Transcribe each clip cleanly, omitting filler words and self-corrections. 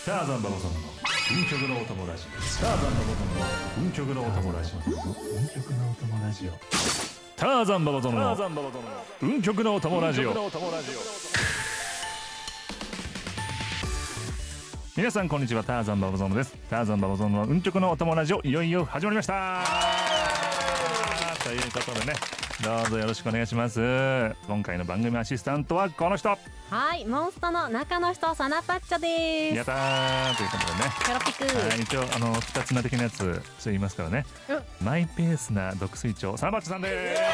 ターザンババゾノの運極のお友達。ターザンババゾノの運極のお友達。運極のお友達。ターザンババゾノの運極のお友達。皆さんこんにちは、ターザンババゾノです。ターザンババゾノの運極のお友達をいよいよ始まりました。ということでね、どうぞよろしくお願いします。今回の番組アシスタントはこの人。 はい、モンストの中の人、サナパッチョです。 やったーということでね、 キョロピク、 一応二つ名的なやつ言いますからね、マイペースな毒水長サナパッチョさんでーす。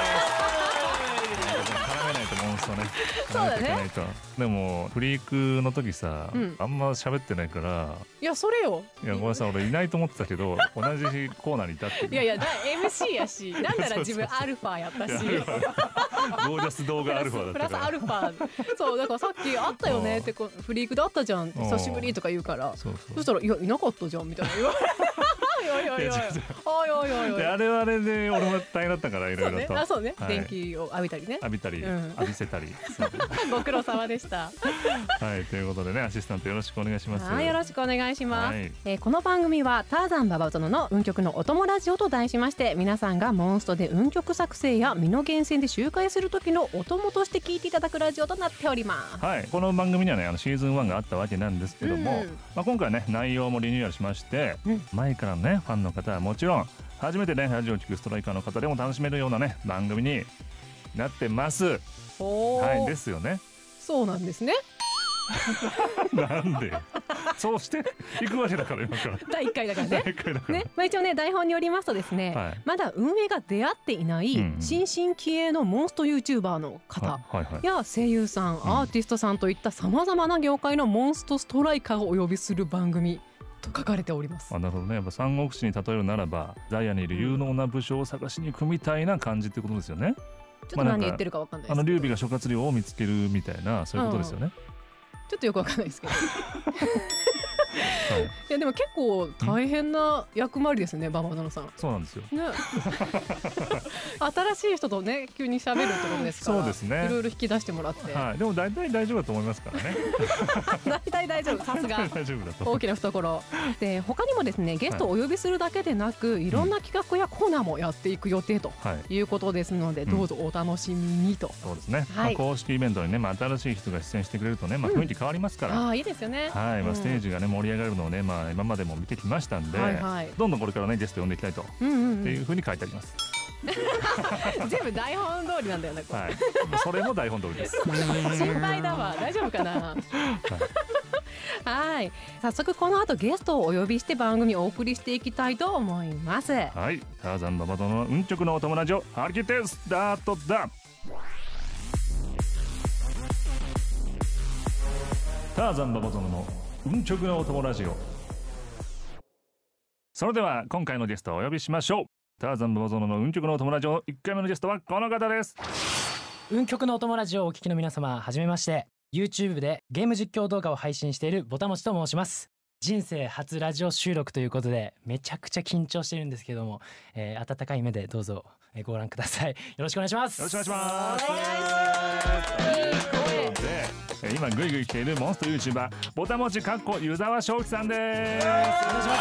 絡めないとモンストね。 そうだね。 でもフリークの時さ、あんま喋ってないから。 いやそれよ。 いやごめんなさい、俺いないと思ってたけど同じコーナーにいたっていう。 いやいや、MC やし、なんなら自分アルファやったし。 ゴージャス動画アルファだったから。 プラスアルファ。そうだからさっきあったよねってフリークであったじゃん。久しぶりとか言うから。そしたらいやいなかったじゃんみたいな言われ。あれはあれで俺も大変だったからいろいろと。 そうね。電気を浴びたりね。 浴びせたり。 ご苦労様でした。 はい、ということでね、アシスタントよろしくお願いします。 はい、よろしくお願いします。この番組はターザンババゾノの運極のお友ラジオと題しまして、皆さんがモンストで運極作成や身の源泉で周回する時のお供として聞いていただくラジオとなっております。 はい、この番組にはね、シーズン1があったわけなんですけども、今回ね内容もリニューアルしまして、前からのねファンの方はもちろん、初めてねラジオを聞くストライカーの方でも楽しめるようなね番組になってます。はい、ですよね。 そうなんですね。 なんでそうしていくわけだから、今から第1回だからね。一応ね、台本によりますとですね、まだ運営が出会っていない新進気鋭のモンスト YouTuber の方や声優さん、アーティストさんといったさまざまな業界のモンストストライカーをお呼びする番組と書かれております。 なるほどね。やっぱ三国志に例えるならば、ザイアにいる有能な武将を探しに行くみたいな感じってことですよね。 ちょっと何言ってるか分かんないですけど、 劉備が諸葛亮を見つけるみたいな、そういうことですよね。 ちょっとよくわかんないですけど。いやでも結構大変な役回りですね、ババゾノさん。 そうなんですよ。 新しい人とね急に喋るってことですから。そうですね。いろいろ引き出してもらって。 でも大体大丈夫だと思いますからね。 大体大丈夫。さすが。 大丈夫だと。 大きな懐。で他にもですね、ゲストをお呼びするだけでなく、いろんな企画やコーナーもやっていく予定ということですので、どうぞお楽しみにと。 そうですね。公式イベントにね、新しい人が出演してくれるとね、雰囲気変わりますから。 いいですよね。 ステージがね盛り上がるのをね、今までも見てきましたんで、どんどんこれからねゲスト呼んでいきたいとっていうふうに書いてあります。 全部台本通りなんだよね。 それも台本通りです。 心配だわ。大丈夫かな。はい、早速この後ゲストをお呼びして番組をお送りしていきたいと思います。 はい、ターザンババゾノの運極のお友達を張り切ってスタートだ。ターザンババゾノの運極のお友達を。それでは今回のゲストをお呼びしましょう。ターザンババゾノの運極のお友達を1回目のゲストはこの方です。 運極のお友達をお聞きの皆様、はじめまして。 YouTube でゲーム実況動画を配信しているぼたもちと申します。人生初ラジオ収録ということでめちゃくちゃ緊張してるんですけども、温かい目でどうぞご覧ください。よろしくお願いします。 よろしくお願いします。いい声で今グイグイ来ているモンスト YouTuber ぼたもちかっこ湯沢正樹さんです。お願いします。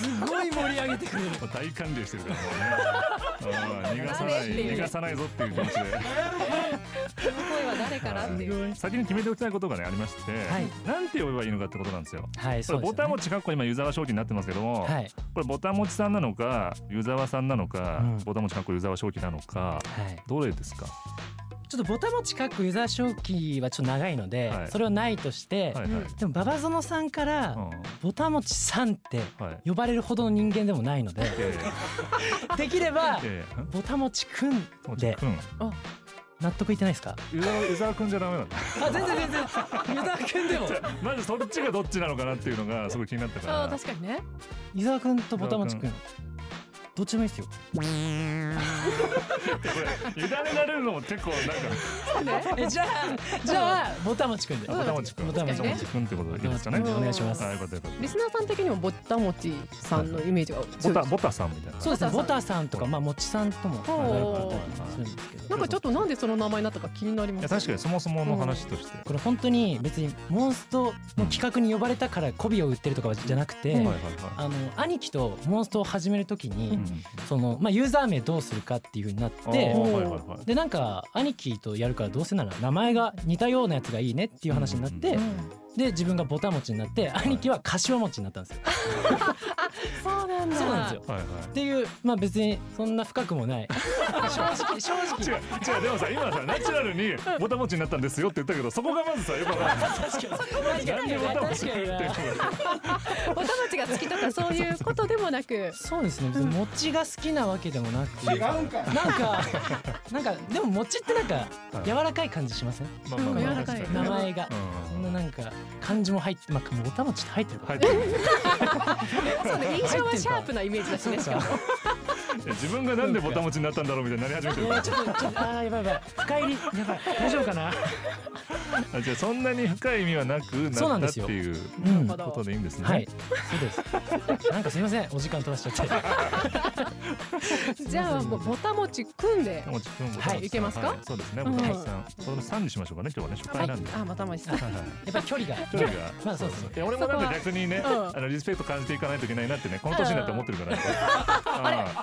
すごい盛り上げてくれる。 大歓迎してるからもうね。逃がさないぞっていう気持ちで。この声は誰からっていう。 先に決めておきたいことがねありまして、なんて呼べばいいのかってことなんですよ。ぼたもちかっこ今湯沢正樹になってますけども、これぼたもちさんなのか湯沢さんなのか、ぼたもちかっこ湯沢正樹なのか、どれですか？ ちょっとぼたもちかっこ湯沢正樹はちょっと長いので、それをないとして、でもババゾノさんからぼたもちさんって呼ばれるほどの人間でもないので、できればぼたもちくんで納得いってないですか？ 湯沢くんじゃダメなんだ。 全然湯沢くんでもまずそっちがどっちなのかなっていうのがすごい気になったから。 確かにね。 湯沢くんとぼたもちくんどっちでもいいですよ。 委ねられるのも結構なんかじゃあぼたもちくんで。 ぼたもちくんってことでいいですかね。 お願いします。 リスナーさん的にもぼたもちさんのイメージがぼたさんみたいな。 そうですね。ぼたさんとかもちさんともするんですけど。 なんかちょっとなんでその名前になったか気になります。 確かにそもそもの話としてこれ本当に別にモンストの企画に呼ばれたから媚びを売ってるとかじゃなくて、兄貴とモンストを始めるときにそのユーザー名どうするかっていう風になって、でなんか兄貴とやるからどうせなら名前が似たようなやつがいいねっていう話になって、で自分がぼたもちになって兄貴はかしわもちになったんですよ。 そうなんだ。 そうなんですよ。っていう別にそんな深くもない。正直違うでもさ今さナチュラルにぼたもちになったんですよって言ったけどそこがまずさよくわからない。 確かにぼたもちが好きとかそういうことでもなく。 そうですね。別に餅が好きなわけでもなく。違うんか。なんかでも餅ってなんか柔らかい感じしません？ 柔らかい。 名前がそんななんか漢字も入ってぼたもちって入ってるから。 そうね、印象はシャープなイメージだしね。しかも自分がなんでぼたもちになったんだろうみたいになり始めてる。 ちょっとやばい深入りやばい大丈夫かな。 じゃあそんなに深い意味はなくなったっていうことでいいんですね。 はい、そうです。なんかすみませんお時間取らせちゃって。 じゃあもうぼたもちくんでいけますか。 そうですね。ぼたもちさんその3にしましょうかね今日はね初回なんで。 ぼたもちさん。やっぱり距離がそうですね。俺もなんか逆にねリスペクト感じていかないといけないなってねこの年になって思ってるから。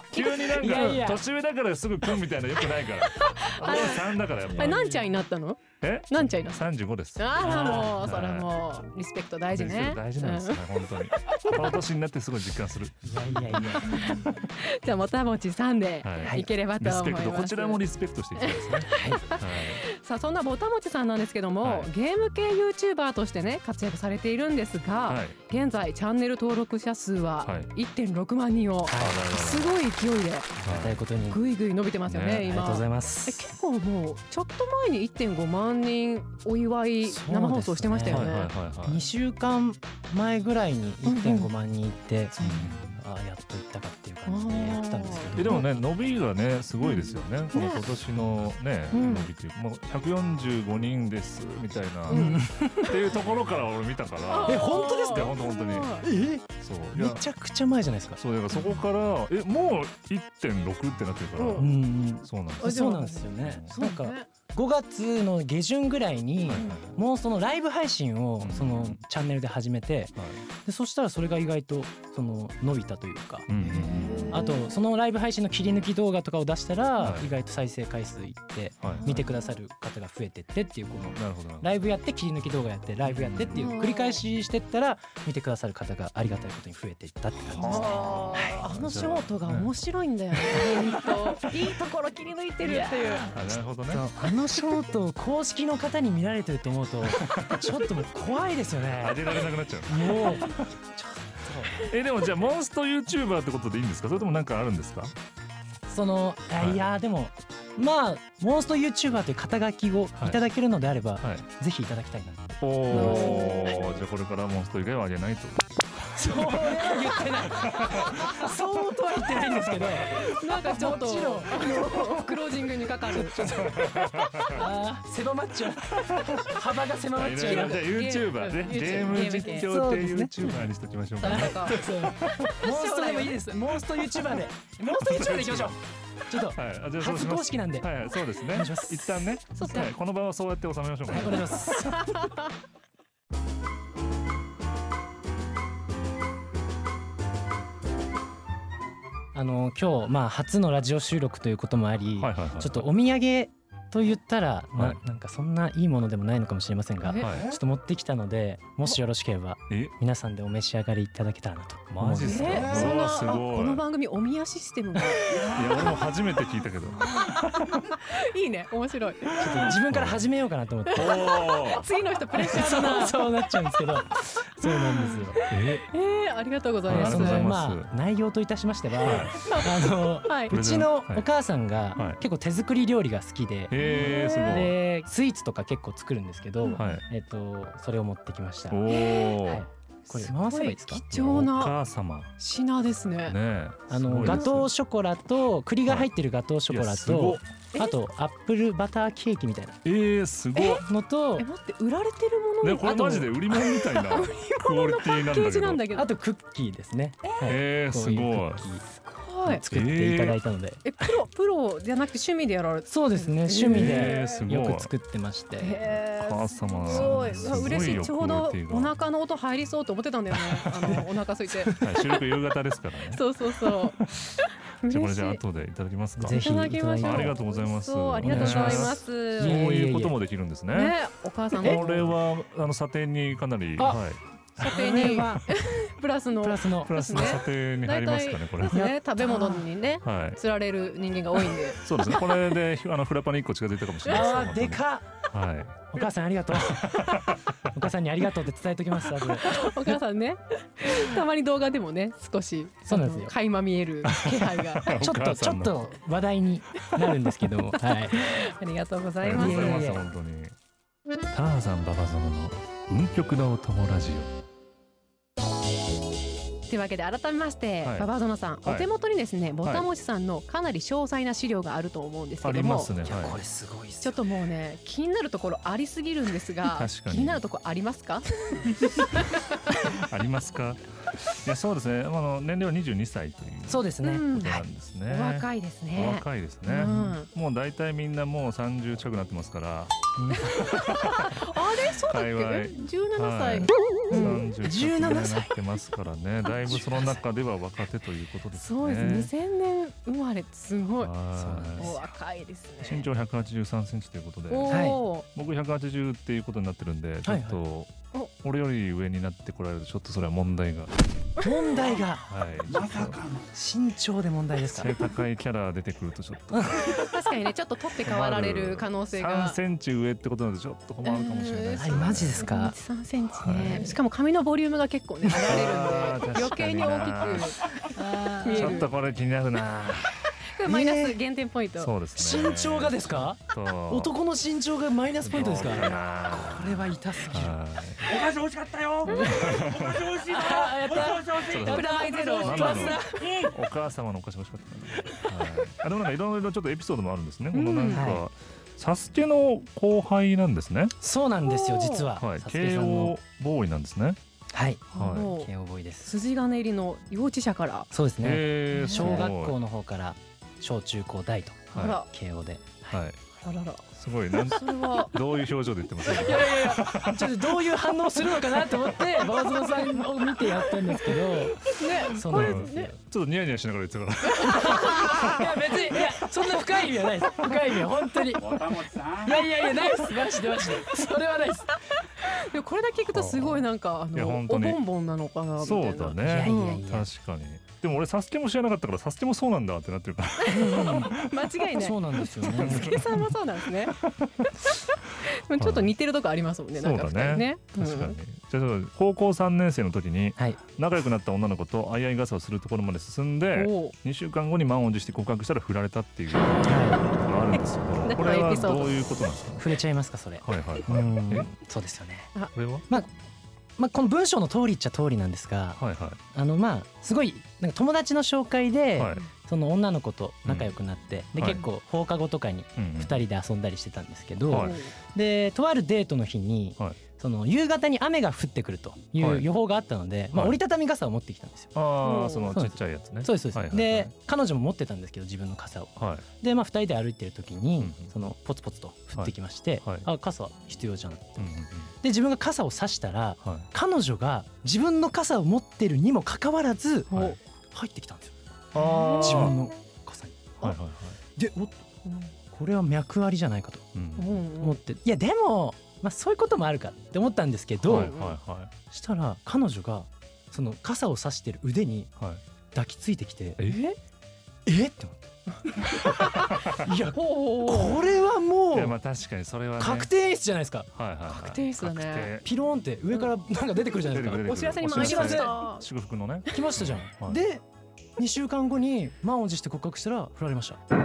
急になんか年上だからすぐくんみたいなよくないから。俺は3だからやっぱ。 何ちゃんになったの？何ちゃんになった ？35です。 もうそれもリスペクト大事ね。 大事なんですね本当に。この年になってすごい実感する。いや。 じゃあぼたもちさんでいければと思います。 こちらもリスペクトしていきたいですね。 さあそんなぼたもちさんなんですけどもゲーム系 YouTuber としてね活躍されているんですが現在チャンネル登録者数は 1.6 万人をすごい勢いでぐいぐい伸びてますよね今。 ありがとうございます。 結構もうちょっと前に 1.5 万人お祝い生放送してましたよね。 2週間前ぐらいに 1.5 万人いってやっと行ったかっていう感じでやってたんですけど。 でもね伸びがねすごいですよね。この今年のね伸びっていうもう145人ですみたいなっていうところから俺見たから。 本当ですか？ 本当に。 そうめちゃくちゃ前じゃないですか。 そうだからそこからもう 1.6 ってなってるから。 そうなんですよね。なんか5月の下旬ぐらいにもうそのライブ配信をそのチャンネルで始めて、でそしたらそれが意外とその伸びたというか、あとそのライブ配信の切り抜き動画とかを出したら意外と再生回数いって見てくださる方が増えてってっていうこのライブやって切り抜き動画やってライブやってっていう繰り返ししてったら見てくださる方がありがたいことに増えていったって感じですね。 あのショートが面白いんだよね。いいところ切り抜いてるっていう。 なるほどね。 あのショートを公式の方に見られてると思うとちょっともう怖いですよね。 当てられなくなっちゃう。 もうちょっとでもじゃあモンスト YouTuber ってことでいいんですか？それとも何かあるんですか？ いやでもモンスト YouTuber という肩書きをいただけるのであればぜひいただきたいな。 じゃあこれからモンスト以外はあげないと。 そうは言ってない。そうとは言ってないんですけど、 なんかちょっとクロージングにかかる。 狭まっちゃう。幅が狭まっちゃう。 じゃあ YouTuber ね、ゲーム実況系 YouTuber にしときましょうかね。 モンストでもいいです。モンスト YouTuber で、モンスト YouTuber でいきましょう。ちょっと初公式なんで。 はい、そうですね。一旦ね、この場はそうやって収めましょうかね。 お願いします。今日初のラジオ収録ということもあり、ちょっとお土産と言ったらなんかそんないいものでもないのかもしれませんが、ちょっと持ってきたのでもしよろしければ皆さんでお召し上がりいただけたらなと思うんです。 マジですか？すごい。 この番組お宮システムが。いや俺も初めて聞いたけど。 いいね、面白い。 ちょっと自分から始めようかなと思って。 次の人プレッシャーだな。 そうなっちゃうんですけど。そうなんですよ。 ありがとうございます。 内容といたしましては、うちのお母さんが結構手作り料理が好きで、でスイーツとか結構作るんですけど、それを持ってきました。 これ回せばいいですか？ 貴重なお母様品ですね。 ガトーショコラと栗が入ってるガトーショコラと、あとアップルバターケーキみたいなすごいのと、 待って売られてるものこれマジで売り物みたいなクオリティなんだけど、 あとクッキーですね。 すごい作っていただいたので、 プロじゃなくて趣味でやられて？ そうですね、趣味でよく作ってまして。 お母様すごい嬉しい。ちょうどお腹の音入りそうと思ってたんだよね。お腹空いて。 収録夕方ですからね。 そうじゃあこれじゃあ後でいただきますか。 ぜひいただきましょう。 ありがとうございます。 ありがとうございます。 そういうこともできるんですね。 お母さんこれは査定にかなり査定にプラスの査定に入りますかね、これ。 食べ物にね釣られる人間が多いんで。 そうですね。これでフラパに1個近づいたかもしれないです。 でかっ。お母さんありがとう。お母さんにありがとうって伝えときます。 お母さんね、たまに動画でもね少し垣間見える気配がちょっと話題になるんですけども、ありがとうございます。 本当に。ターザンババゾノの運極のお供ラジオ。 というわけで改めまして、ババゾノさん、お手元にですねぼたもちさんのかなり詳細な資料があると思うんですけども、 これすごい。 ちょっともうね気になるところありすぎるんですが、気になるところありますか？ ありますか？いやそうですね。年齢は22歳というそうですね。 なんですね。 お若いですね。 お若いですね。もう大体みんなもう30近くなってますから。 あれそうだっけ？17歳。 30近くなってますからね。だいぶその中では若手ということですね。 そうです。2000年生まれすごい。お若いですね。 身長183センチということで、僕180っていうことになってるんで、ちょっと俺より上になってこられるとちょっとそれは問題が。 まさかの身長で問題ですか？ 背高いキャラ出てくるとちょっと確かにね、ちょっと取って代わられる可能性が 3センチ上ってことなのでちょっと困るかもしれないですね。 マジですか ？3センチね。しかも髪のボリュームが結構ね離れるんで余計に大きく見える。 ちょっとこれ気になるな。 マイナス減点ポイント。 そうですね。 身長がですか？男の身長がマイナスポイントですか？これは痛すぎる。 お菓子美味しかったよ。お菓子美味しいな。 プラマイゼロ。 お母様のお菓子美味しかった。でもなんかいろいろちょっとエピソードもあるんですね。このなんかサスケの後輩なんですね。 そうなんですよ実は。 慶応ボーイなんですね。 はい、慶応ボーイです。 筋金入りの幼稚舎から。 そうですね。小学校の方から小中高大と慶応で。 すごいなんそれはどういう表情で言ってますか？ いやちょっとどういう反応するのかなと思ってババゾノさんを見てやったんですけど、 そうなんですね。ちょっとニヤニヤしながら言ってたから。 いや別にそんな深い意味はないです。深い意味は本当に。いやないです。マジでそれはないです。 でもこれだけ聞くとすごいなんかおボンボンなのかなみたいな。 そうだね。確かに。でも俺サスケも知らなかったからサスケもそうなんだってなってるから間違いない。 そうなんですよね。 サスケさんもそうなんですね。ちょっと似てるとこありますもんね。 そうだね。確かに。じゃあ高校3年生の時に仲良くなった女の子と相合い傘をするところまで進んで2週間後に満を持して告白したら振られたっていうのがあるんですけど、これはどういうことなんですか？ 触れちゃいますかそれ？そうですよね。 これはこの文章の通りっちゃ通りなんですが、すごいなんか友達の紹介でその女の子と仲良くなって、で結構放課後とかに2人で遊んだりしてたんですけど、でとあるデートの日にその夕方に雨が降ってくるという予報があったので、折りたたみ傘を持ってきたんですよ。 そのちっちゃいやつね。 そうです。で彼女も持ってたんですけど自分の傘を。で2人で歩いてる時にそのポツポツと降ってきまして、傘必要じゃんって。で自分が傘を差したら彼女が自分の傘を持ってるにもかかわらず入ってきたんですよ。自分の傘に。でこれは脈ありじゃないかと思って、いやでもそういうこともあるかって思ったんですけど、したら彼女がその傘を差してる腕に抱きついてきて、って思って。いやこれはもう確かにそれは確定演出じゃないですか。 確定演出だね。 ピローンって上からなんか出てくるじゃないですか。 お知らせに参りました。 祝福のね。 来ましたじゃん。で2週間後に満を持して告白したら振られました。この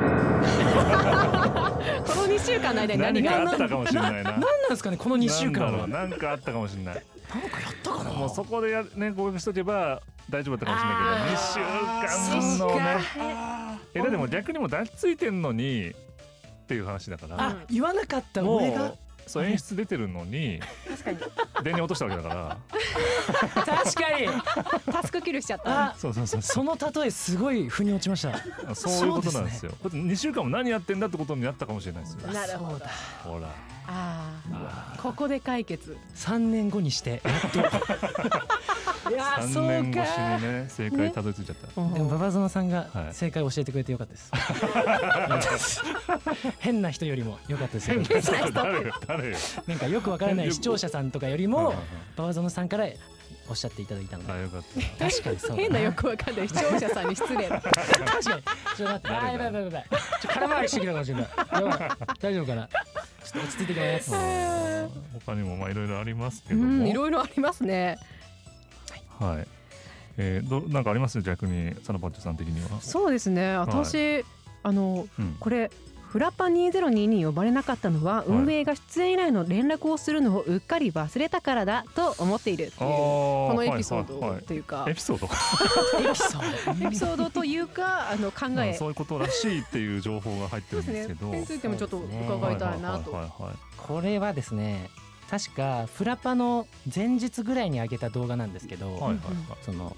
2週間の間に何があったかもしれないな。 何なんですかねこの2週間は。 なんかあったかもしれない。 なんかやったかな。 もうそこでね合格しとけば大丈夫だったかもしれないけど、2週間のねだってもう逆にもう抱きついてんのにっていう話だから、 言わなかった俺がそう演出出てるのに確かに電源落としたわけだから確かにタスクキルしちゃった。 そうその例えすごい腑に落ちました。 そういうことなんですよ。2週間も何やってんだってことになったかもしれないですよ。 なるほど。 ほらここで解決。 3年後にしてやっといや 3年越しにね正解たどり着いちゃった。 でも馬場園さんが正解教えてくれてよかったです。変な人よりもよかったですよ。 誰よ。 なんかよくわからない視聴者さんとかよりも馬場園さんからおっしゃっていただいたので。 よかった。 確かにそう。 変なよくわかんない視聴者さんに失礼。 確かに。ちょっと待って。やばい。空回りしてきたかもしれない。大丈夫かな。ちょっと落ち着いてきます。 他にもいろいろありますけども。 いろいろありますね。 はい。なんかあります逆にサナパッチョさん的には。 そうですね。私これ。フラパ2022に呼ばれなかったのは運営が出演以来の連絡をするのをうっかり忘れたからだと思っているっていうこのエピソードというかエピソードというか考えそういうことらしいっていう情報が入ってるんですけど、 についてもちょっと伺いたいなと。 これはですね確かフラパの前日ぐらいに上げた動画なんですけど、その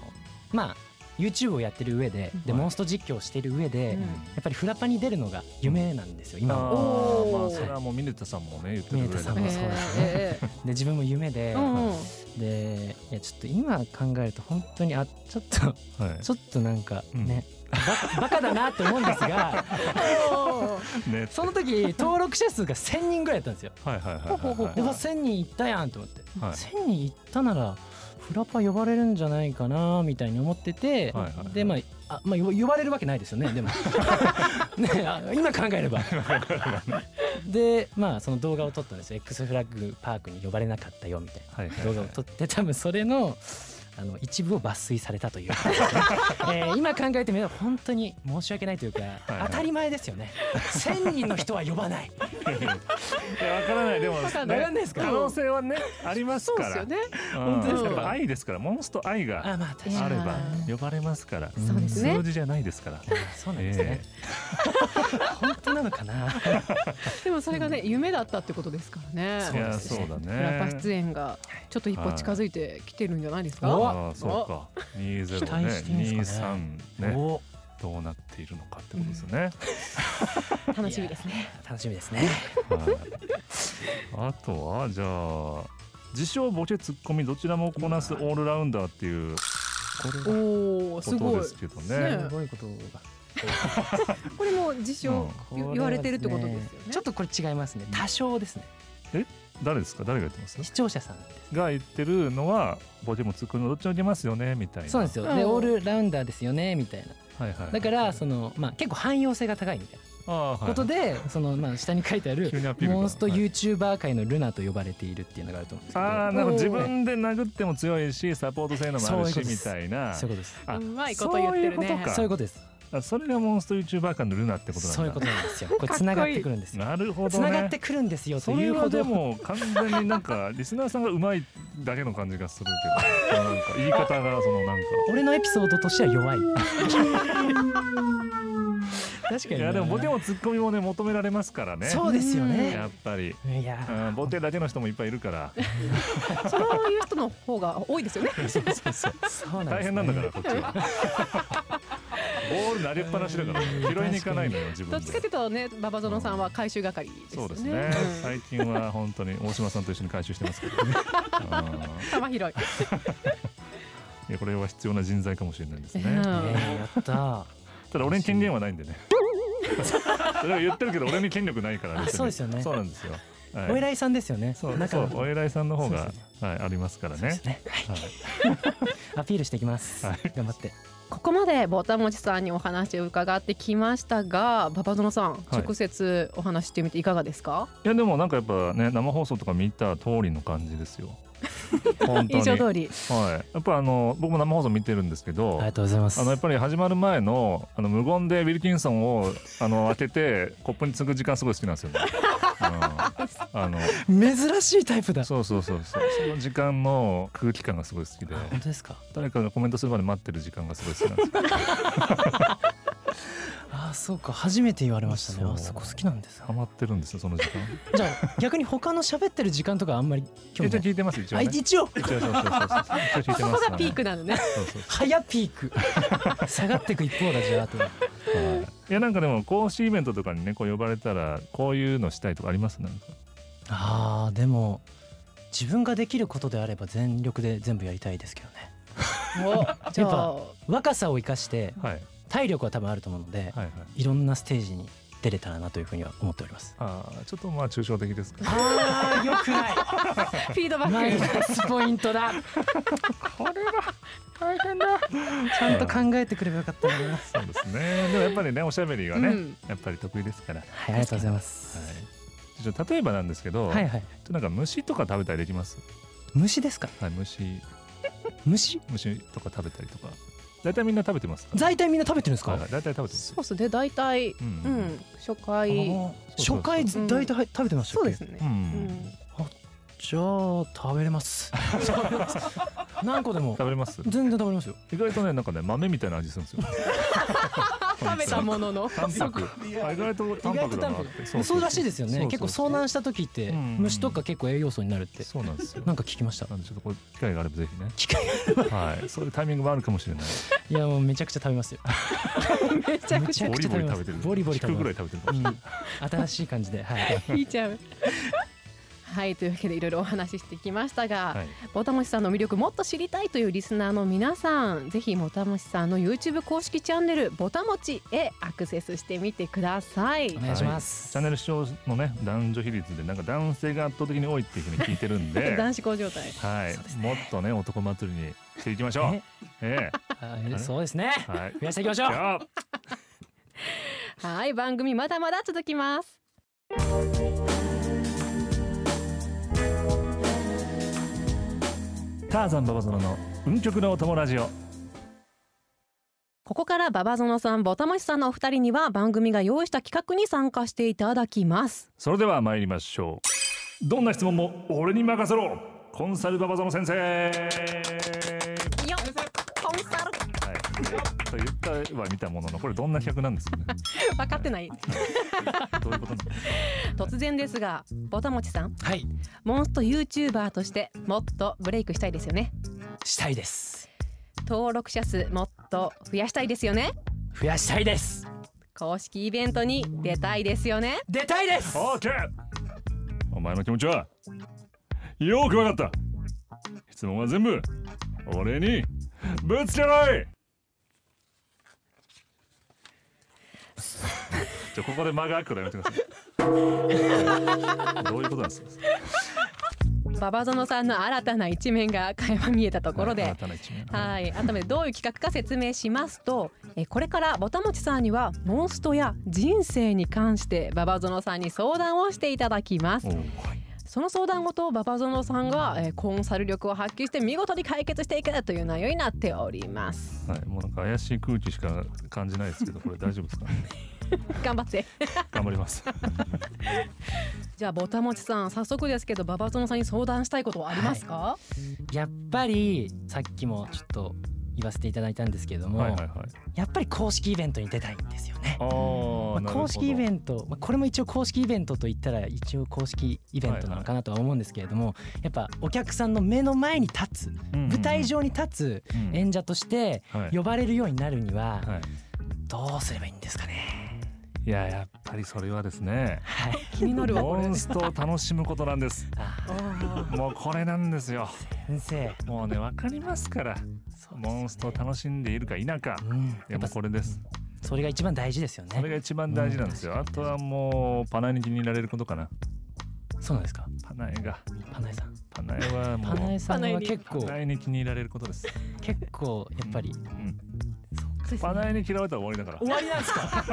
YouTube をやってる上でモンスト実況をしている上で、やっぱりフラパに出るのが夢なんですよ今は。 それはもうミネタさんもね言ってるぐらいだから。 で自分も夢で、いやちょっと今考えると本当にちょっとなんかねバカだなって思うんですがその時登録者数が1000人ぐらいだったんですよ。1000人いったやんと思って、1000人いったならフラパ呼ばれるんじゃないかなみたいに思ってて、で呼ばれるわけないですよねでも今考えればでその動画を撮ったんですよ。 X フラッグパークに呼ばれなかったよみたいな動画を撮って、多分それの一部を抜粋されたという今考えてみれば本当に申し訳ないというか、当たり前ですよね。1000人の人は呼ばない。 わからない。でも可能性はねありますから。本当ですから。愛ですから、モンスト愛があれば呼ばれますから。数字じゃないですから。 そうなんですね。本当なのかな。 でもそれがね夢だったってことですからね。 いやそうだね。 フラパ出演がちょっと一歩近づいてきてるんじゃないですか。 そうか。20ね、23ね、どうなっているのかってことですね。 楽しみですね。 楽しみですね。 あとはじゃあ自称ボケツッコミどちらもこなすオールラウンダーっていうことですけどね。 すごいことが。 これも自称言われてるってことですよね。 ちょっとこれ違いますね。多少ですね。 誰ですか？誰が言ってます？ 視聴者さんが言ってるのはボケもツッコミもどっちも出ますよねみたいな。 そうですよ。でオールラウンダーですよねみたいな。だから結構汎用性が高いみたいなことで下に書いてあるモンスト YouTuber 界のルナと呼ばれているっていうのがあると思うんですけど。 なんか自分で殴っても強いしサポート性能もあるしみたいな。 そういうことです。 うまいこと言ってるね。 そういうことです。 それがモンスト YouTuber 界のルナってことなんだ。 そういうことなんですよ。これ繋がってくるんですよ。 なるほどね。 繋がってくるんですよというほど。 それはでも完全になんかリスナーさんがうまいだけの感じがするけど、なんか言い方がなんか俺のエピソードとしては弱い。確かに。 いやでもボケもツッコミもね求められますからね。 そうですよね。 やっぱり。ボケだけの人もいっぱいいるから。 そういう人の方が多いですよね。 そう大変なんだからこっちは。ボール投げっぱなしだから拾いに行かないのよ自分で。 どっちかというとね馬場園さんは回収係ですよね。 そうですね。最近は本当に大島さんと一緒に回収してますけどね。 幅広い。 いやこれは必要な人材かもしれないですね。 やった。 ただ俺に権限はないんでね。それは言ってるけど俺に権力ないから。 そうですよね。 そうなんですよ。 お偉いさんですよね。 そうお偉いさんの方がありますからね。 アピールしていきます。頑張って。 ここまでぼたもちさんにお話を伺ってきましたが、馬場園さん、直接お話してみていかがですか？ いやでもなんかやっぱね生放送とか見た通りの感じですよ。本当に印象通り。 やっぱ僕も生放送見てるんですけど、 ありがとうございます。 やっぱり始まる前の無言でウィルキンソンを開けてコップに継ぐ時間すごい好きなんですよね。 珍しいタイプだ。 そうその時間の空気感がすごい好きで。 本当ですか？ 誰かがコメントするまで待ってる時間がすごい好きなんですよ。 そうか、初めて言われましたね。そこ好きなんです。 ハマってるんですよ、その時間。 じゃあ逆に他の喋ってる時間とかあんまり興味ない。 聞いてます、一応ね。 一応そこがピークなのね。 早ピーク下がっていく一方だ。じゃあと。 いや、なんかでも公式イベントとかにね、こう呼ばれたらこういうのしたいとかあります？なんか。 でも自分ができることであれば全力で全部やりたいですけどね。やっぱ若さを生かして、体力は多分あると思うので、いろんなステージに出れたらなというふうには思っております。 ちょっとまあ抽象的ですか。 よくない。 フィードバック。 マイナスポイントだ。 これは大変だ。 ちゃんと考えてくればよかったな。 そうですね。でもやっぱりね、おしゃべりがね、やっぱり得意ですから。 ありがとうございます。 例えばなんですけど、なんか虫とか食べたりできます？ 虫ですか？虫とか食べたりとか。大体みんな食べてますか？ 大体みんな食べてるんですか？ 大体食べてます。 そうですね、大体初回大体食べてましたっけ？ そうですね。 じゃあ食べれます。何個でも食べれます？ 全然食べれますよ。 意外とね、なんかね、豆みたいな味するんですよ。 食べたものの淡白。意外と淡白だなって。 そうらしいですよね。結構遭難した時って虫とか結構栄養素になるって。 そうなんですよ。 なんか聞きました。 なんでちょっとこれ機会があればぜひね。 機会があれば。 はい。そういうタイミングもあるかもしれない。 いや、もうめちゃくちゃ食べますよ。 めちゃくちゃボリボリ食べてる。 ボリボリ食べてる。 ぐらい食べてる。 新しい感じで。 いいちゃう。はい、というわけでいろいろお話ししてきましたが、ぼたもちさんの魅力もっと知りたいというリスナーの皆さん、ぜひぼたもちさんの YouTube 公式チャンネルぼたもちへアクセスしてみてください。 お願いします。 チャンネル視聴のね、男女比率でなんか男性が圧倒的に多いっていうふうに聞いてるんで男子校状態。 はい、もっとね、男祭りにしていきましょう。 そうですね。増やしていきましょう。 はい、番組まだまだ続きます。 ターザンババゾノの運極のお供ラジオ。 ここからババゾノさん、ぼたもちさんのお二人には番組が用意した企画に参加していただきます。 それでは参りましょう。どんな質問も俺に任せろ、コンサルババゾノ先生。 よっ、コンサル。 と言ったは見たものの、これどんな企画なんですかね。 分かってない。 どういうことなの？ 突然ですが、ぼたもちさん、 はい、 モンスト YouTuber としてもっとブレイクしたいですよね。 したいです。 登録者数もっと増やしたいですよね。 増やしたいです。 公式イベントに出たいですよね。 出たいです。 オーケー。お前の気持ちはよくわかった。質問は全部俺にぶつけない。ここで間が空くのやめてください。どういうことなんですか。 ババゾノさんの新たな一面が垣間見えたところで、はい、改めてどういう企画か説明しますと、これからぼたもちさんにはモンストや人生に関してババゾノさんに相談をしていただきます。その相談ごとババゾノさんが、コンサル力を発揮して見事に解決していくという内容になっております。 はい、もうなんか怪しい空気しか感じないですけど、これ大丈夫ですか。 頑張って頑張ります。 じゃあぼたもちさん、早速ですけどババゾノさんに相談したいことはありますか？ やっぱりさっきもちょっと言わせていただいたんですけれども、やっぱり公式イベントに出たいんですよね。公式イベント、これも一応公式イベントといったら一応公式イベントなのかなとは思うんですけれども、やっぱお客さんの目の前に立つ、舞台上に立つ演者として呼ばれるようになるにはどうすればいいんですかね。 いや、やっぱりそれはですね、 気になるわ。 モンストを楽しむことなんです。もうこれなんですよ。 先生、 もうね、わかりますから。モンストを楽しんでいるか否か、やっぱこれです。 それが一番大事ですよね。 それが一番大事なんですよ。あとはもうパナエに気に入られることかな。 そうなんですか。 パナエが、 パナエさん、 パナエはもうパナエさんは結構パナエに気に入られることです。 結構やっぱり、 パナエに嫌われたら終わりだから。 終わりなんです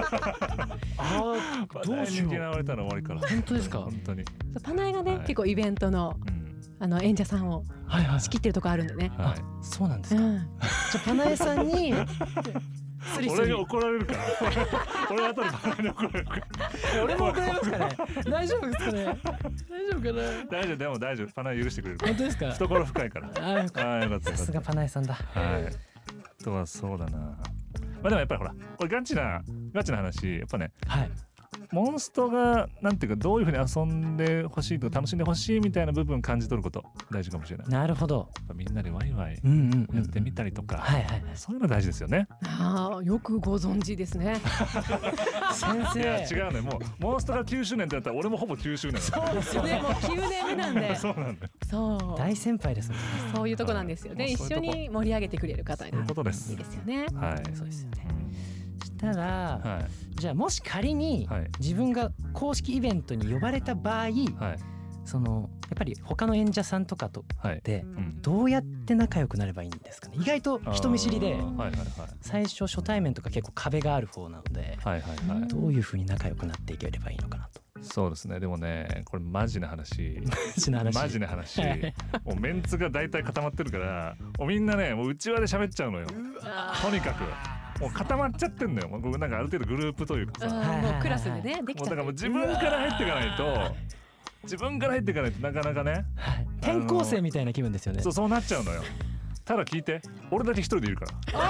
か。 どうしよう。嫌われたら終わりから。 本当ですか。 本当に。 パナエがね、結構イベントの演者さんを仕切ってるとこあるんでね。 そうなんですか。じゃあパナエさんに俺が怒られるから俺後でバナに怒られるから俺も怒られますかね。大丈夫ですかね。大丈夫かな。 大丈夫、でも大丈夫、パナイ許してくれる。 本当ですか。 懐深いから。よかった。 さすがパナイさんだ。 はい。あとはそうだな。まあでもやっぱりほら、これガチな話、やっぱね。はい。モンストがなんていうかどういうふうに遊んでほしいとか楽しんでほしいみたいな部分を感じ取ること大事かもしれない。 なるほど。 みんなでワイワイやってみたりとか、そういうの大事ですよね。 ああ、よくご存知ですね。 先生。 いや違うね、もうモンストが9周年ってなったら俺もほぼ9周年。 そうですよね。もう9年目なんで。 そうなんだ。 そう。 大先輩ですもんね。 そういうとこなんですよね。一緒に盛り上げてくれる方がいいですよね。 はい、そうですよね。したら、じゃあもし仮に自分が公式イベントに呼ばれた場合、そのやっぱり他の演者さんとかとでどうやって仲良くなればいいんですかね。意外と人見知りで最初初対面とか結構壁がある方なので、どういうふうに仲良くなっていければいいのかなと。 そうですね。でもね、これマジな話マジな話もうメンツが大体固まってるからもうみんなね、もう内輪で喋っちゃうのよ。とにかくもう固まっちゃってんのよ。もうなんかある程度グループというかさ、 もうクラスでねできちゃう。 だからもう自分から入っていかないとなかなかね、 転校生みたいな気分ですよね。 そうなっちゃうのよ。ただ聞いて、俺だけ一人でいるから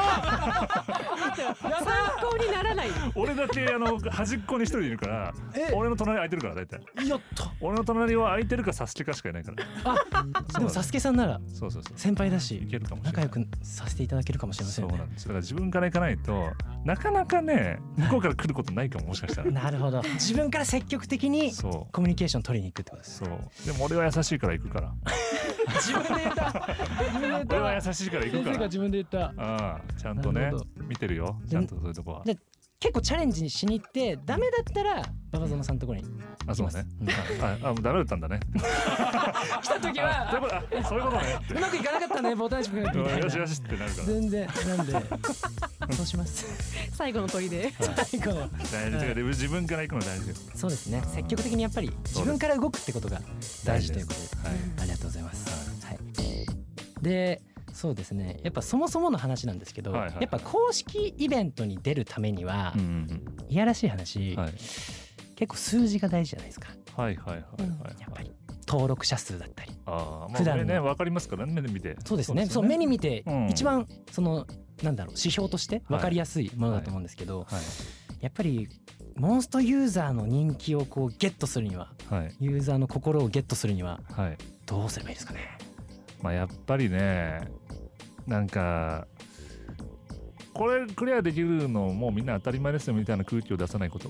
参考にならない。 俺だけ端っこに一人いるから、俺の隣空いてるから大体。 やった。 俺の隣は空いてるかサスケかしかいないから。 でもサスケさんなら先輩だしいけるかもしれない。 仲良くさせていただけるかもしれませんね。 そうなんです。だから自分から行かないとなかなかね、向こうから来ることないかも、もしかしたら。 なるほど。自分から積極的にコミュニケーション取りに行くってことです。 そう。でも俺は優しいから行くから。 自分で言った。 俺は優しいから行くから。 先生が自分で言った。 ちゃんとね見てるよ。ちゃんとそういうとこは。 結構チャレンジしに行ってダメだったら馬場園さんのところに行きます。 そうね。もうダメだったんだね。 来た時はそういうことね。 うまくいかなかったね、ボタンしかよしよしってなるから。 全然なんでそうします。 最後の砦で。 最後の大事。自分から行くの大事。 そうですね。積極的にやっぱり自分から動くってことが大事ということで、ありがとうございます。はい。で。そうですね。やっぱそもそもの話なんですけど、やっぱ公式イベントに出るためには、いやらしい話、結構数字が大事じゃないですか。やっぱり登録者数だったり、 普段ね分かりますからね、目で見て。 そうですね。そう目に見て一番そのなんだろう、指標として分かりやすいものだと思うんですけど、やっぱりモンストユーザーの人気をこうゲットするには、ユーザーの心をゲットするにはどうすればいいですかね。 やっぱりね、なんかこれクリアできるのもうみんな当たり前ですよみたいな空気を出さないこと。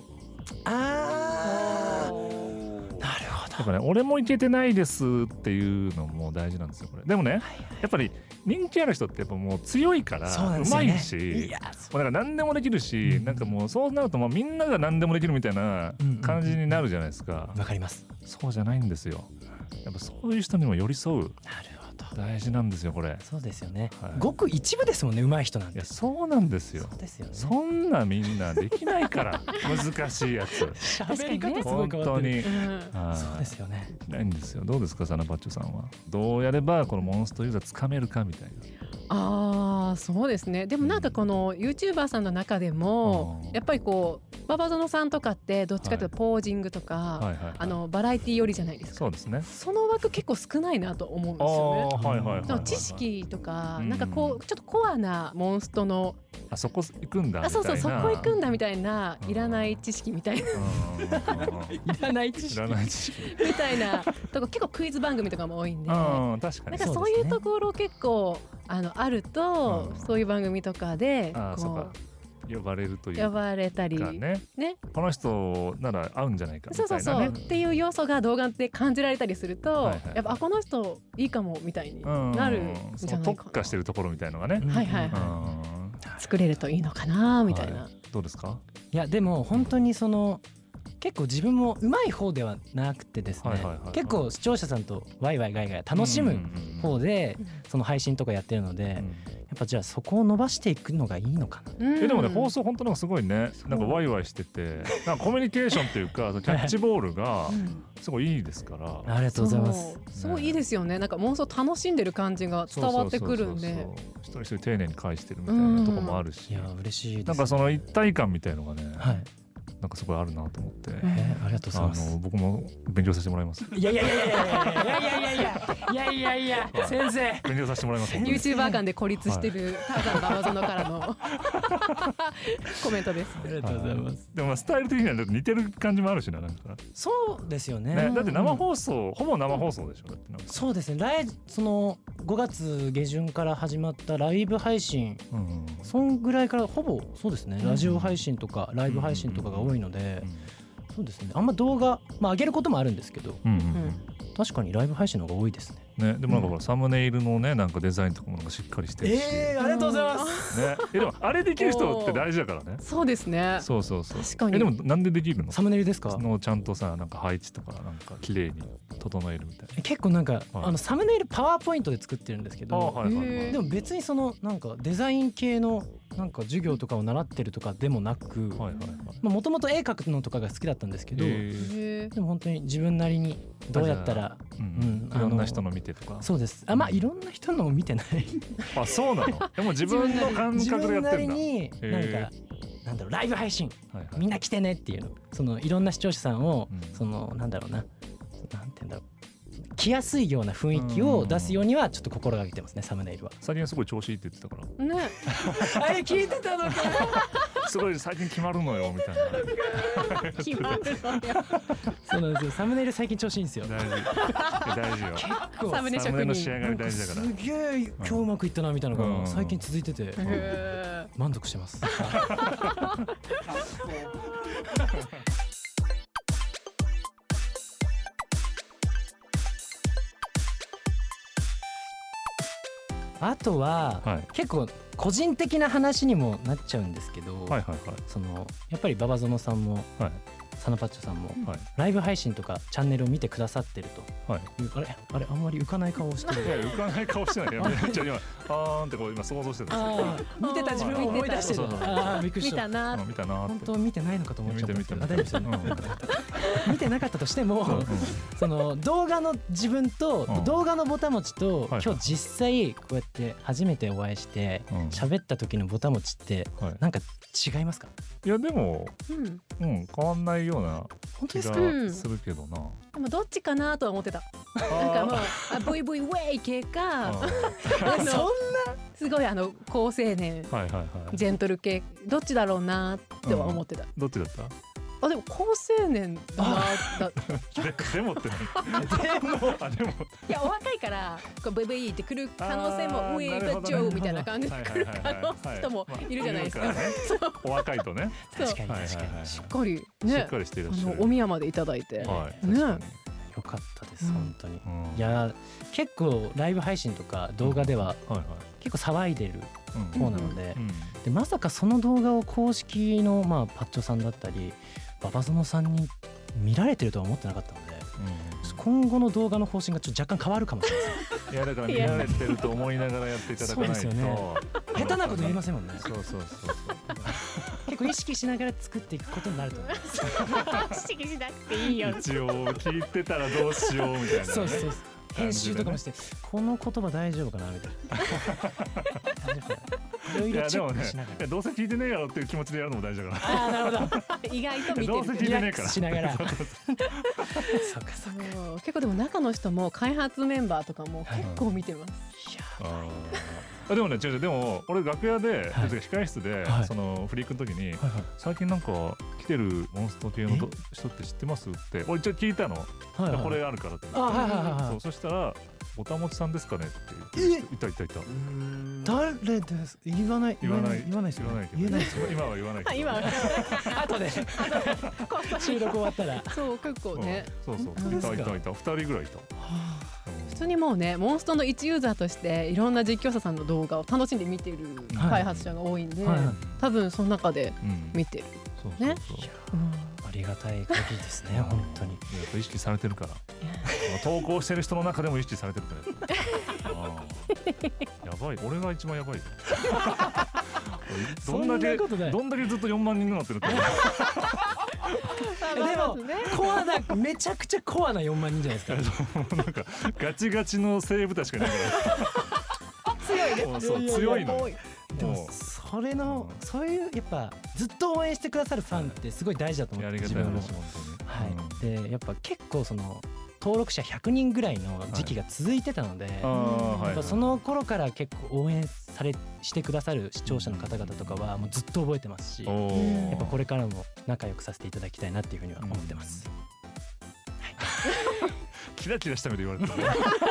なるほど。 やっぱね、俺もいけてないですっていうのも大事なんですよこれ。でもね、やっぱり人気ある人ってやっぱもう強いからうまいし、だから何でもできるし、なんかもうそうなるともうみんなが何でもできるみたいな感じになるじゃないですか。 わかります。 そうじゃないんですよ。やっぱそういう人にも寄り添う。 なるほど。 大事なんですよこれ。 そうですよね。ごく一部ですもんね、上手い人なんて。 いやそうなんですよ。 そうですよね。 そんなみんなできないから難しいやつ。 喋り方すごい変わってる。そうですよね。 ないんですよ。どうですかサナパッチョさんは。どうやればこのモンストユーザーつかめるかみたいな。 そうですね。でもなんかこの YouTuber さんの中でもやっぱりこう馬場園さんとかってどっちかというとポージングとかバラエティ寄りじゃないですか。 そうですね。 その枠結構少ないなと思うんですよね。知識とかなんかこうちょっとコアなモンストのそこ行くんだみたいな。 そこ行くんだみたいないらない知識みたいな。 いらない知識みたいなとこ結構クイズ番組とかも多いんで。 確かに。 なんかそういうところ結構あるとそういう番組とかでこう呼ばれるというか、 呼ばれたりね、この人なら合うんじゃないかみたいなね。 そうっていう要素が動画で感じられたりすると、やっぱこの人いいかもみたいになるんじゃないかな。 特化してるところみたいのがね、 作れるといいのかなみたいな。 どうですか？ いやでも本当にその結構自分も上手い方ではなくてですね、結構視聴者さんとワイワイガイガイ楽しむ方でその配信とかやってるので、やっっぱじゃあそこを伸ばしていくのがいいのかな。 でもね放送本当なんかすごいねなんかワイワイしててなんかコミュニケーションっていうかキャッチボールがすごいいいですから。 ありがとうございます。 すごいいいですよね。なんか妄想楽しんでる感じが伝わってくるんで一人一人丁寧に返してるみたいなところもあるし、 いや嬉しいです。 なんかその一体感みたいのがね、 はい、 なんかすごいあるなと思って、 ありがとうございます。 僕も勉強させてもらいます。 いや先生勉強させてもらいます。 YouTuber 間で孤立してるターザンババゾノからのコメントです。 ありがとうございます。 でもスタイル的には似てる感じもあるしな、なんか。 そうですよね。 だって生放送、ほぼ生放送でしょ。だってなんかそうですね。その5月下旬から始まったライブ配信、そんぐらいからほぼそうですね。ラジオ配信とかライブ配信とかが多いので、そうですね。あんま動画上げることもあるんですけど、確かにライブ配信の方が多いですね。 でもなんかほらサムネイルのねなんかデザインとかもなんかしっかりしてるし、 ありがとうございます。 でもあれできる人って大事だからね。 そうですね。 そう確かに。 でもなんでできるの？ サムネイルですか？ のちゃんとさなんか配置とかなんか綺麗に整えるみたいな。 結構なんかサムネイルパワーポイントで作ってるんですけど、でも別にそのなんかデザイン系のなんか授業とかを習ってるとかでもなく、もともと絵描くのとかが好きだったんですけど、でも本当に自分なりにどうやったらいろんな人の見てとか。 そうです。いろんな人のを見てない。 あ、そうなの？でも自分の感覚でやってるんだ。自分なりになんだろうライブ配信みんな来てねっていうの、そのいろんな視聴者さんをそのなんだろうな、なんて言うんだろう。来やすいような雰囲気を出すようにはちょっと心がけてますね、サムネイルは。 最近すごい調子いいって言ってたからね。 あれ聞いてたのか。 すごい最近決まるのよみたいな。 決まるのよ。 そうなんですよ。サムネイル最近調子いいんですよ。 大事よ。 結構サムネ職人の仕上がり大事だから。 すげえ今日うまくいったなみたいなのが最近続いてて満足してます。あとは、結構個人的な話にもなっちゃうんですけど、そのやっぱり馬場園さんも、サナパッチョさんも、ライブ配信とかチャンネルを見てくださってると、あれあんまり浮かない顔してる。 浮かない顔してない。めっちゃ今あーんってこう今想像してた。 見てた自分を思い出してる。びっくりした。 見たな。 本当見てないのかと思っちゃった。 見て大丈夫ですよね。見てなかったとしても、その動画の自分と動画のぼたもちと今日実際こうやって初めてお会いして喋った時のぼたもちってなんか違いますか？ いやでも変わんないような気がするけどな。 でもどっちかなとは思ってた。なんかもうVV ウェイ系か、そんなすごい高青年ジェントル系どっちだろうなっては思ってた。 どっちだった？ あでも高青年だな。 でもって何？でもいやお若いからこうブイブイってくる可能性も上行っちゃうみたいな感じでくる可能人もいるじゃないですか。 お若いとね。 確かにしっかりね。 しっかりしていらっしゃる。 お宮までいただいてね。 よかったです本当に。いや結構ライブ配信とか動画では結構騒いでる方なので、でまさかその動画を公式のパッチョさんだったり馬場園さんに見られてるとは思ってなかったので、今後の動画の方針がちょっと若干変わるかもしれないです。 いやだから見られてると思いながらやっていただかないと。そうですよね。 下手なこと言いませんもんね。 そう結構意識しながら作っていくことになると思います。 意識しなくていいよ。 一応聞いてたらどうしようみたいな。 そう編集とかもしてこの言葉大丈夫かなみたいな。いろいろチェックしながら。 どうせ聞いてねえやろっていう気持ちでやるのも大事だから。なるほど。意外と見てる。 どうせ聞いてねえから。 しながら。そうか。 結構でも中の人も開発メンバーとかも結構見てます。 でもね違うでも俺楽屋で控室でそのフリークの時に最近なんか来てるモンスト系の人って知ってますって俺一応聞いたの。これあるからって。そしたらぼたもちさんですかねって言って。いた。 誰です？言わないですよ。 言えないですよ。今は言わないけど。 今後で収録終わったら。 そう結構ね。 そういた2人ぐらいいた。 普通にもうねモンストの一ユーザーとしていろんな実況者さんの動画を楽しんで見てる開発者が多いんで、多分その中で見てるね。 ありがたい限りですね本当に。 意識されてるから。投稿してる人の中でも意識されてるから。 やばい、俺が一番やばい。どんだけずっと4万人になってるって。 でもコアな、めちゃくちゃコアな4万人じゃないですか。なんかガチガチの精鋭部隊しかいないから。 強いね。 そう強いの。 でもそういうやっぱずっと応援してくださるファンってすごい大事だと思って、自分も。はい。でやっぱ結構その登録者100人ぐらいの時期が続いてたので、やっぱその頃から結構応援してくださる視聴者の方々とかはもうずっと覚えてますし、やっぱこれからも仲良くさせていただきたいなっていうふうには思ってます。 キラキラした目で言われてる。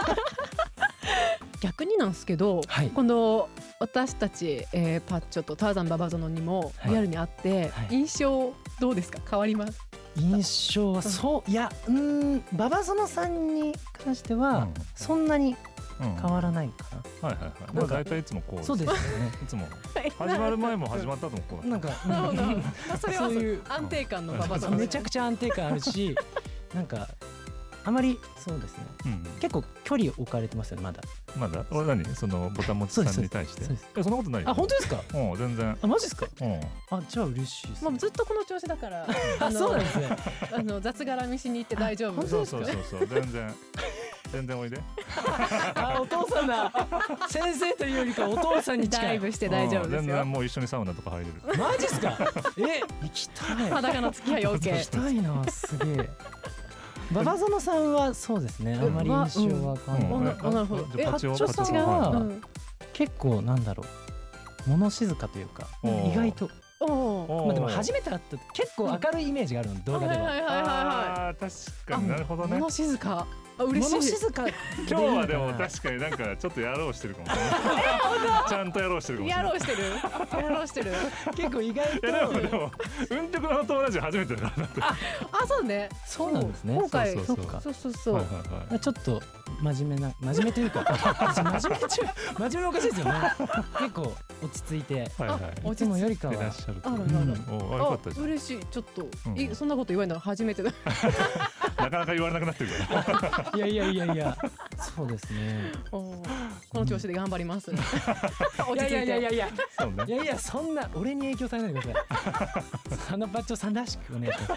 逆になんですけど、この私たちパッチョとターザンババゾノにもリアルに会って印象どうですか？変わります？ 印象はそう、いや、ババゾノさんに関してはそんなに変わらないかな。はいはいはい。まあ大体いつもこう。 そうですよね。 いつも始まる前も始まった後もこう。 なんかそれはそういう安定感のババゾノ。 めちゃくちゃ安定感あるし、なんかあまりそうですね。結構距離置かれてますよね、まだ。 まだ？俺何？そのボタン持ちさんに対して。そんなことない。 あ、本当ですか？ 全然。 あ、マジですか？あ、じゃあ嬉しいです。 もうずっとこの調子だから。 そうなんですね。 雑絡みしに行って大丈夫。 そう全然おいで。 あ、お父さんだ。先生というよりかお父さんに近い。 ダイブして大丈夫ですよ。 全然もう一緒にサウナとか入れる。 マジっすか？行きたい。 裸の付き合い OK。 行きたいな、すげえ。ババゾノさんはそうですね、あんまり印象は変わらない。 なるほど。 パッチョさんは結構なんだろう、物静かというか、意外と。まあでも初めて会った結構明るいイメージがあるの、動画では。 ああ、確かになるほどね。 物静か。嬉しい。 物静か。 今日はでも確かになんかちょっとやろうしてるかも。ちゃんとやろうしてるかも。 やろうしてる。 結構意外と。 でもうんてくの友達初めてだなって。 あ、そうね。 そうなんですね。 今回そう。 ちょっと真面目というか、真面目おかしいですよね。結構落ち着いて、いつもよりかは。 嬉しい。ちょっとそんなこと言われたの初めてだ。 なかなか言われなくなってるから。 いや、そうですね。 この調子で頑張ります。 いや、そんな俺に影響されないでください。サナパッチョさんらしくお願いします。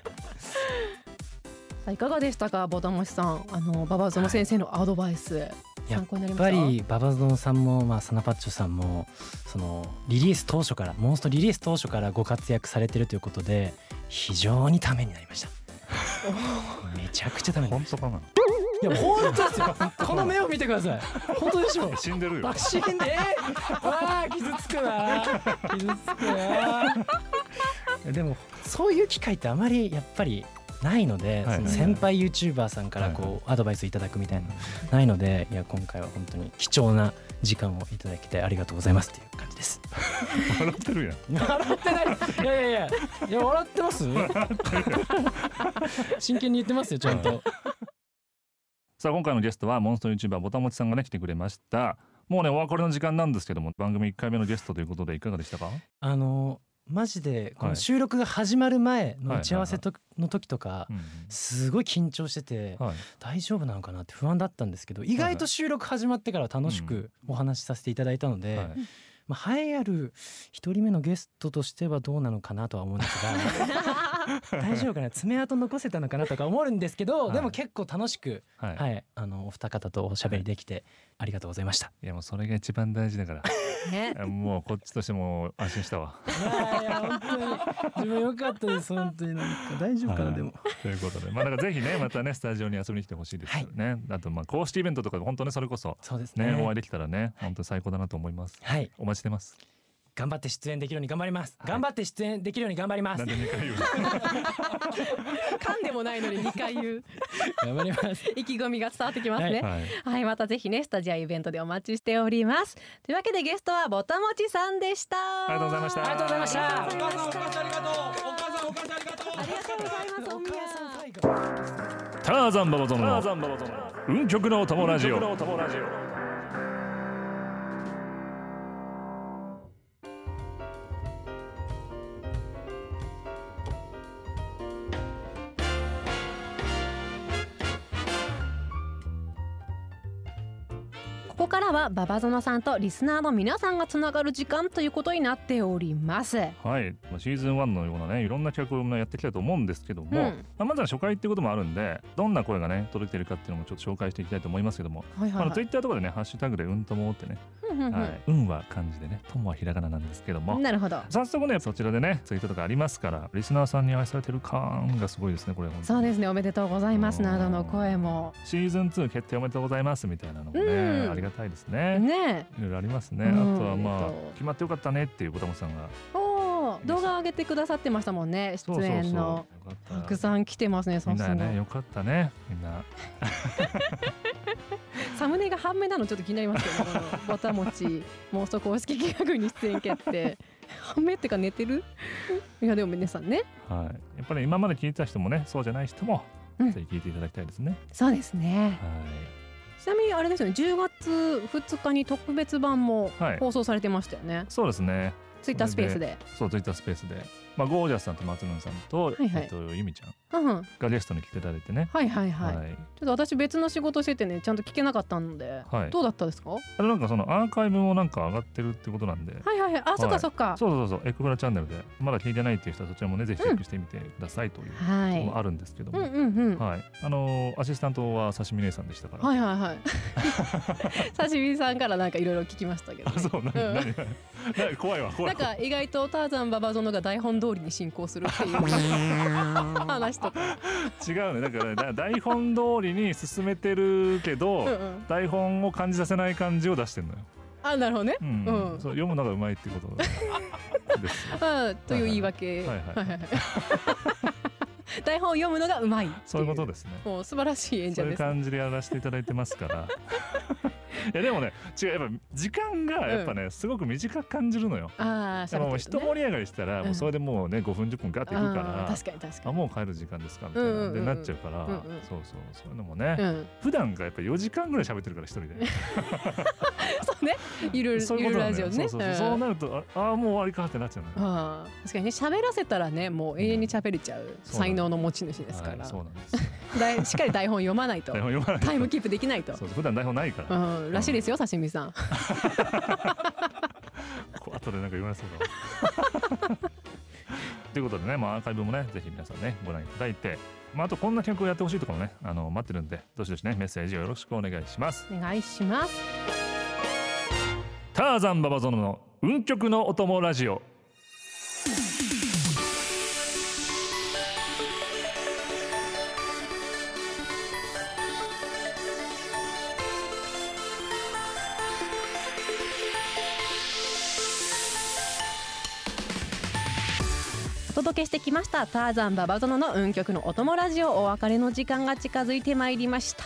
いかがでしたか、ボタモチさん。ババゾノ先生のアドバイス。 やっぱりババゾノさんもサナパッチョさんもそのリリース当初からモンストリリース当初からご活躍されてるということで非常にためになりました。めちゃくちゃためになりました。 本当かな。 いや本当ですよ。この目を見てください。本当でしょ。 死んでるよ。 死んで、わあ傷つくな。でもそういう機会ってあまりやっぱりないので、その先輩 YouTuber さんからこうアドバイスいただくみたいなないので、いや今回は本当に貴重な時間をいただきてありがとうございますっていう感じです。 笑ってるやん。 笑ってない。いや笑ってます？真剣に言ってますよちゃんと。 さあ今回のゲストはモンスト YouTuber ボタモチさんがね来てくれました。もうねお別れの時間なんですけども、番組1回目のゲストということでいかがでしたか？ マジでこの収録が始まる前の打ち合わせの時とかすごい緊張してて大丈夫なのかなって不安だったんですけど、意外と収録始まってから楽しくお話しさせていただいたので、栄えある1人目のゲストとしてはどうなのかなとは思うんですが大丈夫かな、爪痕残せたのかなとか思うんですけど、でも結構楽しくお二方とおしゃべりできてありがとうございました。 いやもうそれが一番大事だからもうこっちとしても安心したわ。 いや本当に自分良かったです。本当になんか大丈夫かな、でも。 ということで、だからぜひねまたねスタジオに遊びに来てほしいですよね。あと公式イベントとかで本当にそれこそねお会いできたらね本当に最高だなと思います。お待ちしてます。 頑張って出演できるように頑張ります。頑張って出演できるように頑張ります。 なんで2回言うの？ 噛んでもないのに2回言う。 頑張ります。 意気込みが伝わってきますね。はい、またぜひねスタジオイベントでお待ちしております。というわけでゲストはボタモチさんでした。 ありがとうございました。 ありがとうございました。 お母さんありがとう。お母さんありがとう。 ありがとうございます。お宮さん。 ターザンババゾノの運極の友ラジオ。 ここからはババゾノさんとリスナーの皆さんがつながる時間ということになっております。 はい、シーズン1のようなねいろんな企画をやってきたと思うんですけども、まずは初回っていうこともあるんでどんな声がね届いてるかっていうのもちょっと紹介していきたいと思いますけども、ツイッターとかでねハッシュタグでうんともってね、うんは漢字でねともはひらがななんですけども、 なるほど。 早速ねそちらでねツイートとかありますからリスナーさんに愛されてる感がすごいですねこれ。 そうですね、おめでとうございますなどの声もシーズン2決定おめでとうございますみたいなのもね、ありがたいですね。いろいろありますね。あとはまあ決まってよかったねっていうボタモさんが動画上げてくださってましたもんね。出演のたくさん来てますね。 みんなねよかったねみんな。 サムネが半目なのちょっと気になりますけど、ボタモチ妄想公式企画に出演決定。半目ってか寝てる？いやでも皆さんね。 はい。やっぱり今まで聞いてた人もね、そうじゃない人もぜひ聞いていただきたいですね。 そうですね。 はい。 ちなみにあれですよね、10月2日に特別版も放送されてましたよね。 そうですね。 ツイッタースペースで。 そう、ツイッタースペースで。ゴージャスさんと松野さんと、ゆみちゃんがゲストに来ていただいてね。 ちょっと私別の仕事しててねちゃんと聞けなかったので、どうだったですか？ なんかそのアーカイブもなんか上がってるってことなんで。 あ、そっかそっか。 そうエクブラチャンネルでまだ聞いてないっていう人はそちらもねぜひチェックしてみてくださいというのもあるんですけども、アシスタントは刺身姉さんでしたから。 刺身さんからなんかいろいろ聞きましたけど。 そう何怖いわ。 なんか意外とターザンババゾノが台本通りに進行するっていう話とか。 違うね、だから台本通りに進めてるけど台本を感じさせない感じを出してるのよ。 あ、なるほどね。 そう読むのがうまいっていうことですという言い訳。台本を読むのがうまい。 そういうことですね。 もう素晴らしい演者です。 そういう感じでやらせていただいてますから。いやでもね違う、やっぱ時間がやっぱね、すごく短く感じるのよ。でも一盛り上がりしたらもうそれでもうね5分10分ガッていくから、 確かにもう帰る時間ですかみたいなでなっちゃうから、そういうのもね、普段がやっぱ4時間ぐらい喋ってるから一人で。 そうね、ゆるラジオね。 そうなるともう終わりかってなっちゃうの。 確かにね、喋らせたらねもう永遠に喋れちゃう才能の持ち主ですから。 そうなんです。 しっかり台本読まないと、タイムキープできないと。 普段台本ないから。 らしいですよ、刺身さん。 後でなんか言われそうだ。ということでね、アーカイブもねぜひ皆さんねご覧いただいて、あとこんな企画をやってほしいとかもね待ってるんで、どしどしねメッセージをよろしくお願いします。 お願いします。 ターザンババゾノの運極のお供ラジオ。 お届けしてきましたターザンババゾノの運極のお供ラジオ。お別れの時間が近づいてまいりました。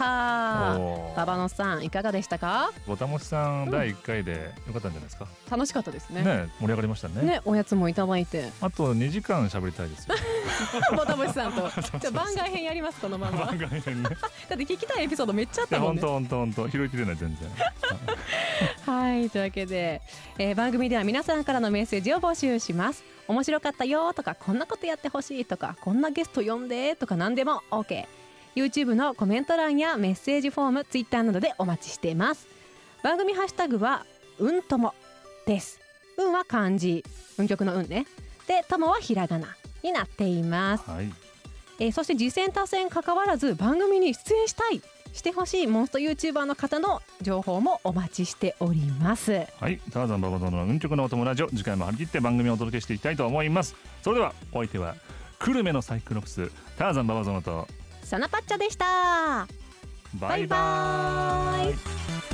ババノさんいかがでしたか？ ボタモチさん第1回でよかったんじゃないですか？ 楽しかったですね。 盛り上がりましたね。 おやつもいただいて、 あと2時間喋りたいですよ。 ボタモチさんとじゃ番外編やります、このまま。 番外編ね。 だって聞きたいエピソードめっちゃあったもんね。 本当拾いきれない全然。 はい、というわけで、番組では皆さんからのメッセージを募集します。面白かったよとか、こんなことやってほしいとか、こんなゲスト呼んでとか何でも OK。 YouTube のコメント欄やメッセージフォーム、 Twitter などでお待ちしています。番組ハッシュタグはうんともです。うんは漢字、運極のうんね。で、ともはひらがなになっています。そして次戦他戦関わらず番組に出演してほしいモンスト YouTuber の方の情報もお待ちしております。 はい、ターザンババゾノの運極のお供ラジオ、次回も張り切って番組をお届けしていきたいと思います。それではお相手は久留米のサイクロプスターザンババゾノとサナパッチャでした。 バイバイ。